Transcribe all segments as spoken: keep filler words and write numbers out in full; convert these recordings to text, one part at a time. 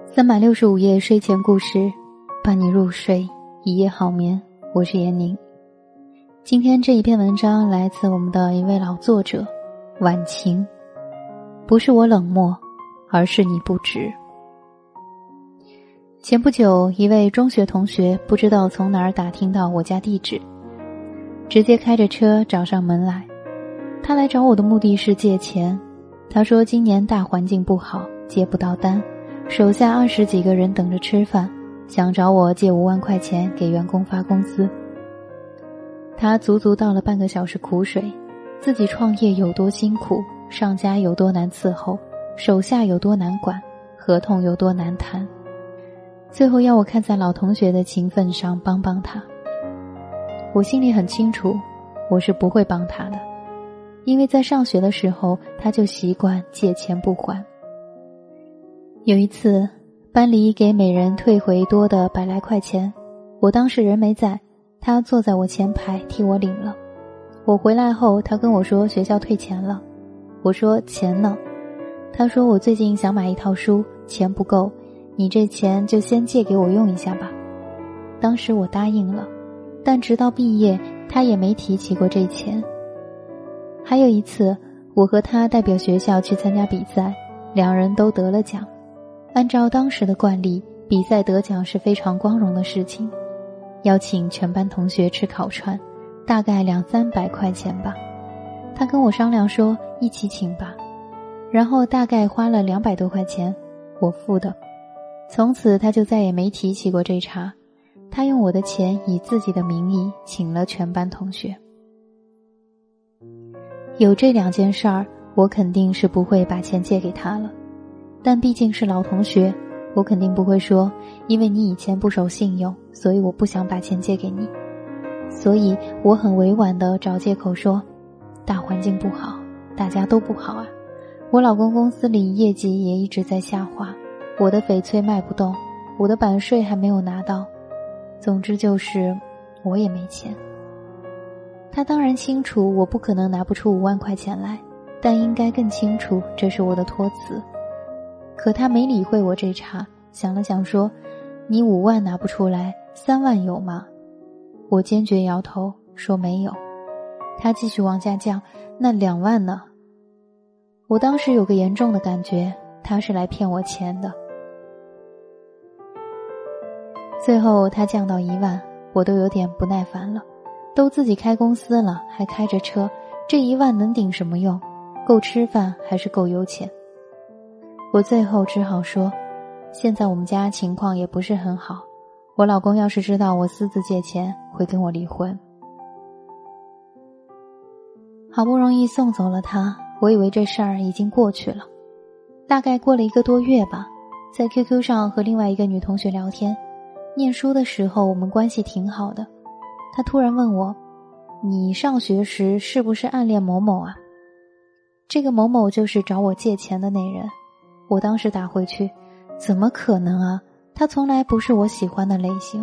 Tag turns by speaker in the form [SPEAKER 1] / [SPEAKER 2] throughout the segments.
[SPEAKER 1] 三百六十五夜睡前故事，伴你入睡，一夜好眠。我是闫宁。今天这一篇文章来自我们的一位老作者晚晴。不是我冷漠，而是你不值。前不久，一位中学同学不知道从哪儿打听到我家地址，直接开着车找上门来。他来找我的目的是借钱。他说今年大环境不好，接不到单，手下二十几个人等着吃饭，想找我借五万块钱给员工发工资。他足足倒了半个小时苦水，自己创业有多辛苦，上家有多难伺候，手下有多难管，合同有多难谈，最后要我看在老同学的情分上帮帮他。我心里很清楚，我是不会帮他的，因为在上学的时候他就习惯借钱不还。有一次班里给每人退回多的百来块钱，我当时人没在，他坐在我前排替我领了。我回来后他跟我说学校退钱了，我说钱呢？他说我最近想买一套书，钱不够，你这钱就先借给我用一下吧。当时我答应了，但直到毕业他也没提起过这钱。还有一次我和他代表学校去参加比赛，两人都得了奖。按照当时的惯例，比赛得奖是非常光荣的事情，邀请全班同学吃烤串，大概两三百块钱吧。他跟我商量说一起请吧，然后大概花了两百多块钱，我付的。从此他就再也没提起过这茬，他用我的钱以自己的名义请了全班同学。有这两件事儿，我肯定是不会把钱借给他了。但毕竟是老同学，我肯定不会说因为你以前不守信用，所以我不想把钱借给你。所以我很委婉地找借口说大环境不好，大家都不好啊，我老公公司里业绩也一直在下滑，我的翡翠卖不动，我的版税还没有拿到，总之就是我也没钱。他当然清楚我不可能拿不出五万块钱来，但应该更清楚这是我的托词。可他没理会我这茬，想了想说你五万拿不出来，三万有吗？我坚决摇头说没有。他继续往下降，那两万呢？我当时有个严重的感觉，他是来骗我钱的。最后他降到一万，我都有点不耐烦了，都自己开公司了，还开着车，这一万能顶什么用？够吃饭还是够油钱？我最后只好说，现在我们家情况也不是很好，我老公要是知道我私自借钱，会跟我离婚。好不容易送走了他，我以为这事儿已经过去了。大概过了一个多月吧，在 Q Q 上和另外一个女同学聊天，念书的时候我们关系挺好的。她突然问我，你上学时是不是暗恋某某啊？这个某某就是找我借钱的那人。我当时打回去，怎么可能啊，他从来不是我喜欢的类型。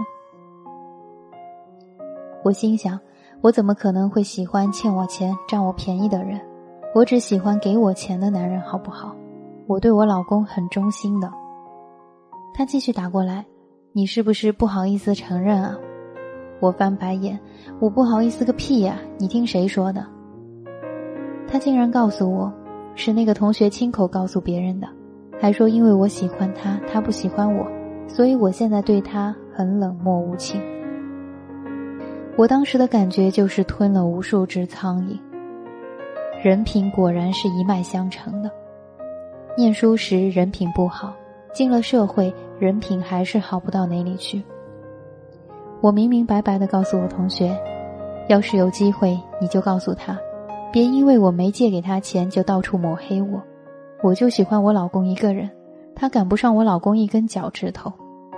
[SPEAKER 1] 我心想，我怎么可能会喜欢欠我钱占我便宜的人？我只喜欢给我钱的男人，好不好？我对我老公很忠心的。他继续打过来，你是不是不好意思承认啊？我翻白眼，我不好意思个屁呀，你听谁说的？他竟然告诉我，是那个同学亲口告诉别人的，还说因为我喜欢他，他不喜欢我，所以我现在对他很冷漠无情。我当时的感觉就是吞了无数只苍蝇。人品果然是一脉相承的。念书时人品不好，进了社会人品还是好不到哪里去。我明明白白地告诉我同学，要是有机会你就告诉他，别因为我没借给他钱就到处抹黑我。我就喜欢我老公一个人，他赶不上我老公一根脚趾头。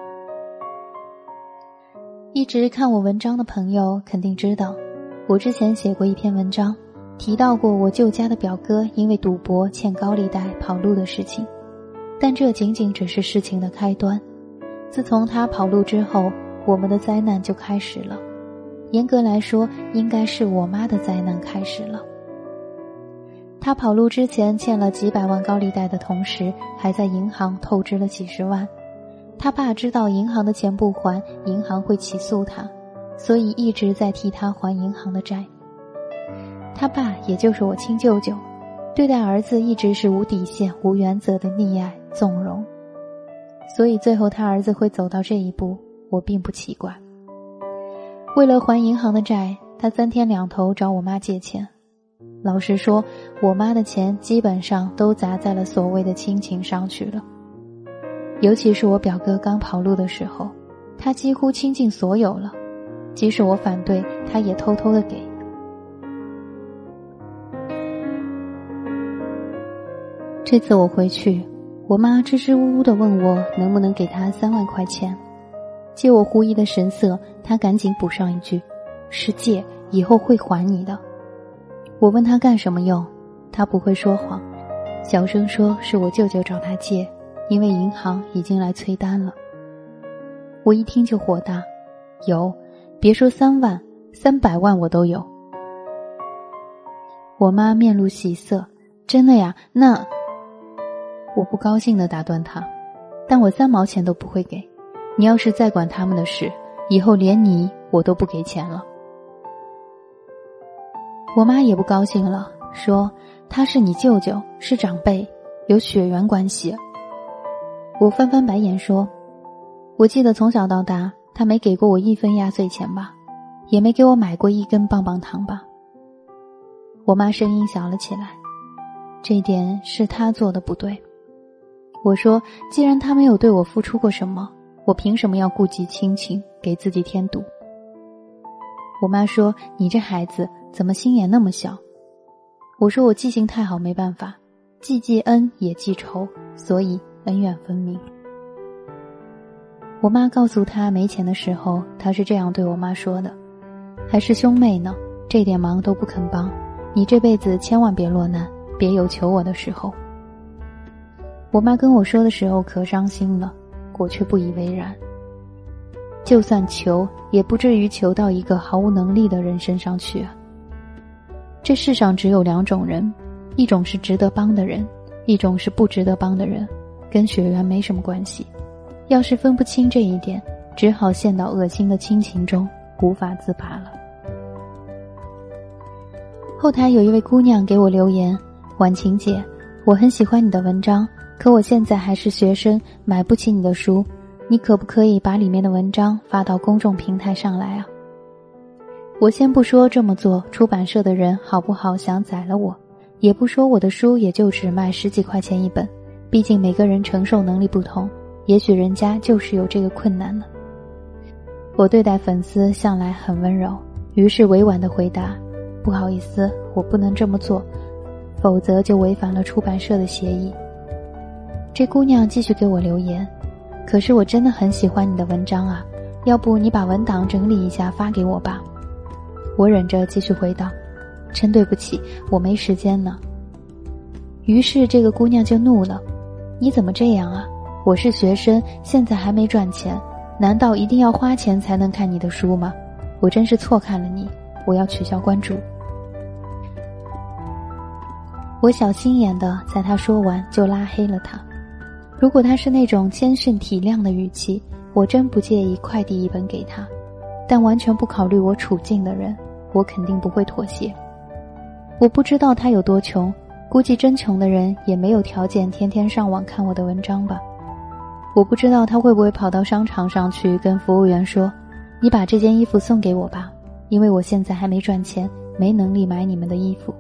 [SPEAKER 1] 一直看我文章的朋友肯定知道，我之前写过一篇文章，提到过我舅家的表哥因为赌博欠高利贷跑路的事情，但这仅仅只是事情的开端。自从他跑路之后，我们的灾难就开始了。严格来说，应该是我妈的灾难开始了。他跑路之前欠了几百万高利贷的同时，还在银行透支了几十万， 他爸知道银行的钱不还，银行会起诉他，所以一直在替他还银行的债。他爸也就是我亲舅舅，对待儿子一直是无底线无原则的溺爱纵容，所以最后他儿子会走到这一步，我并不奇怪。为了还银行的债，他三天两头找我妈借钱。老实说，我妈的钱基本上都砸在了所谓的亲情上去了。尤其是我表哥刚跑路的时候，他几乎倾尽所有了，即使我反对，他也偷偷的给。这次我回去，我妈支支吾吾地问我能不能给她三万块钱。见我狐疑的神色，她赶紧补上一句：是借，以后会还你的。我问她干什么用，她不会说谎，小声说是我舅舅找她借，因为银行已经来催单了。我一听就火大，有，别说三万，三百万我都有。我妈面露喜色，真的呀？那……我不高兴地打断她，但我三毛钱都不会给，你要是再管他们的事，以后连你我都不给钱了。我妈也不高兴了，说他是你舅舅，是长辈，有血缘关系。我翻翻白眼说，我记得从小到大他没给过我一分压岁钱吧，也没给我买过一根棒棒糖吧。我妈声音小了起来，这一点是他做的不对。我说，既然他没有对我付出过什么，我凭什么要顾及亲情，给自己添堵？我妈说，你这孩子怎么心眼那么小？我说，我记性太好，没办法，既记恩也记仇，所以恩怨分明。我妈告诉他没钱的时候，他是这样对我妈说的，还是兄妹呢，这点忙都不肯帮，你这辈子千万别落难，别有求我的时候。我妈跟我说的时候可伤心了，我却不以为然。就算求，也不至于求到一个毫无能力的人身上去啊。这世上只有两种人，一种是值得帮的人，一种是不值得帮的人，跟血缘没什么关系。要是分不清这一点，只好陷到恶心的亲情中，无法自拔了。后台有一位姑娘给我留言，婉晴姐，我很喜欢你的文章，可我现在还是学生，买不起你的书，你可不可以把里面的文章发到公众平台上来啊？我先不说这么做出版社的人好不好想宰了我，也不说我的书也就只卖十几块钱一本，毕竟每个人承受能力不同，也许人家就是有这个困难呢。我对待粉丝向来很温柔，于是委婉地回答，不好意思，我不能这么做，否则就违反了出版社的协议。这姑娘继续给我留言，可是我真的很喜欢你的文章啊，要不你把文档整理一下发给我吧。我忍着继续回道，真对不起，我没时间呢。于是这个姑娘就怒了，你怎么这样啊？我是学生，现在还没赚钱，难道一定要花钱才能看你的书吗？我真是错看了你，我要取消关注。我小心眼的在她说完就拉黑了她。如果她是那种谦逊体谅的语气，我真不介意快递一本给她，但完全不考虑我处境的人，我肯定不会妥协。我不知道她有多穷，估计真穷的人也没有条件天天上网看我的文章吧。我不知道她会不会跑到商场上去跟服务员说，你把这件衣服送给我吧，因为我现在还没赚钱，没能力买你们的衣服。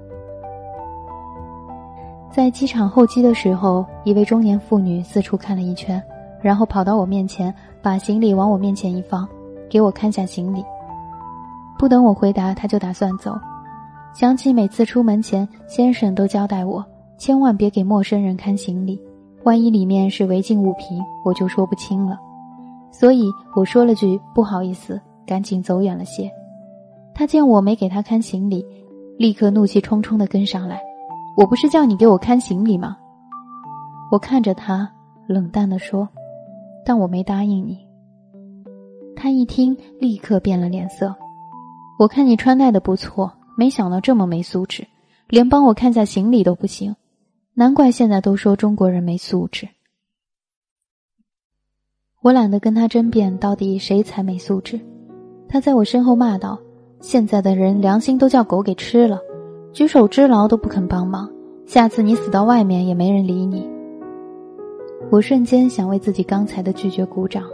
[SPEAKER 1] 在机场候机的时候，一位中年妇女四处看了一圈，然后跑到我面前，把行李往我面前一放，给我看下行李。不等我回答，她就打算走。想起每次出门前，先生都交代我，千万别给陌生人看行李，万一里面是违禁物品，我就说不清了。所以我说了句不好意思，赶紧走远了些。她见我没给她看行李，立刻怒气冲冲地跟上来，我不是叫你给我看行李吗？我看着他冷淡地说，但我没答应你。他一听立刻变了脸色，我看你穿戴的不错，没想到这么没素质，连帮我看下行李都不行，难怪现在都说中国人没素质。 我懒得跟他争辩到底谁才没素质。他在我身后骂道，现在的人良心都叫狗给吃了，举手之劳都不肯帮忙，下次你死到外面也没人理你。我瞬间想为自己刚才的拒绝鼓掌。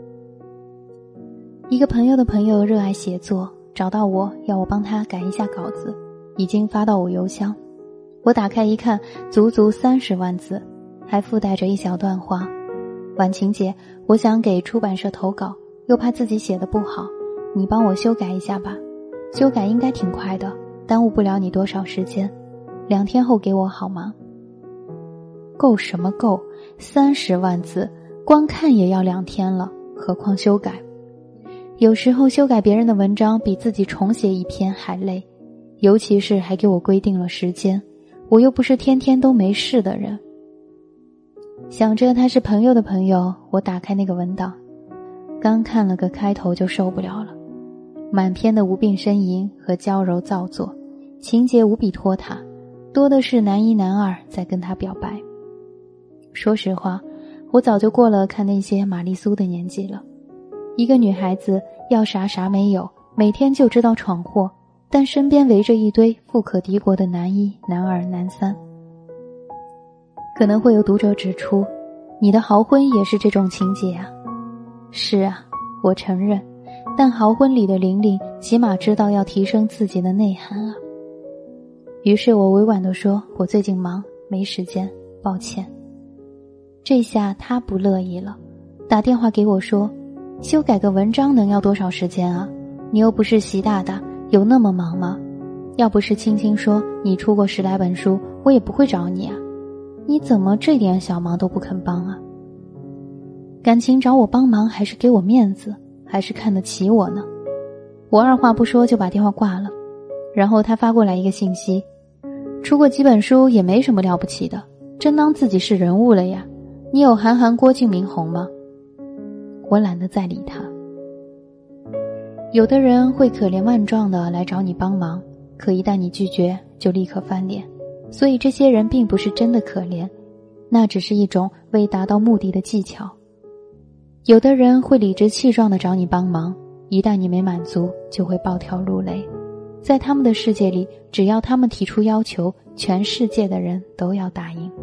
[SPEAKER 1] 一个朋友的朋友热爱写作，找到我要我帮他改一下稿子，已经发到我邮箱。我打开一看，足足三十万字，还附带着一小段话。婉晴姐，我想给出版社投稿，又怕自己写的不好，你帮我修改一下吧。修改应该挺快的，耽误不了你多少时间，两天后给我好吗？够什么够，三十万字，光看也要两天了，何况修改。有时候修改别人的文章比自己重写一篇还累，尤其是还给我规定了时间，我又不是天天都没事的人。想着他是朋友的朋友，我打开那个文档，刚看了个开头就受不了了。满篇的无病呻吟和娇柔造作，情节无比拖沓，多的是男一男二在跟他表白。说实话，我早就过了看那些玛丽苏的年纪了。一个女孩子要啥啥没有，每天就知道闯祸，但身边围着一堆富可敌国的男一、男二、男三。可能会有读者指出，你的豪婚也是这种情节啊。是啊，我承认，但豪婚里的玲玲起码知道要提升自己的内涵啊。于是我委婉地说，我最近忙，没时间，抱歉。这下他不乐意了，打电话给我说，修改个文章能要多少时间啊？你又不是习大大，有那么忙吗？要不是青青说你出过十来本书，我也不会找你啊。你怎么这点小忙都不肯帮啊？感情找我帮忙还是给我面子，还是看得起我呢？我二话不说就把电话挂了。然后他发过来一个信息，出过几本书也没什么了不起的，真当自己是人物了呀？你有韩寒、郭敬明红吗？我懒得再理他。有的人会可怜万状的来找你帮忙，可一旦你拒绝就立刻翻脸，所以这些人并不是真的可怜，那只是一种为达到目的的技巧。有的人会理直气壮的找你帮忙，一旦你没满足就会暴跳如雷，在他们的世界里，只要他们提出要求，全世界的人都要答应。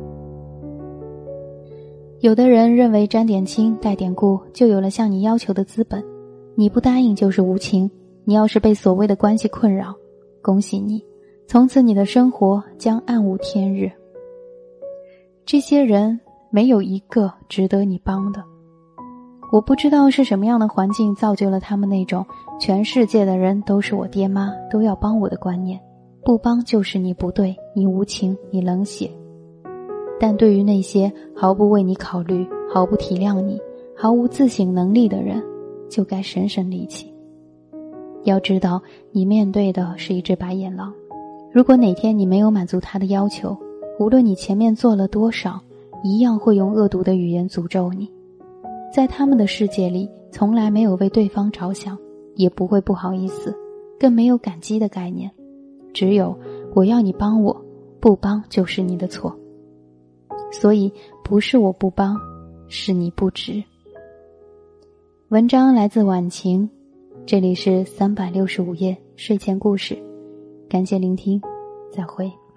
[SPEAKER 1] 有的人认为沾点亲带点故就有了向你要求的资本，你不答应就是无情，你要是被所谓的关系困扰，恭喜你，从此你的生活将暗无天日。这些人没有一个值得你帮的。我不知道是什么样的环境造就了他们那种全世界的人都是我爹妈，都要帮我的观念，不帮就是你不对，你无情，你冷血。但对于那些毫不为你考虑，毫不体谅你，毫无自省能力的人，就该省省力气。要知道，你面对的是一只白眼狼，如果哪天你没有满足他的要求，无论你前面做了多少，一样会用恶毒的语言诅咒你。在他们的世界里，从来没有为对方着想，也不会不好意思，更没有感激的概念，只有我要你帮我，不帮就是你的错。所以不是我不帮，是你不值。文章来自婉晴，这里是三百六十五夜睡前故事，感谢聆听，再会。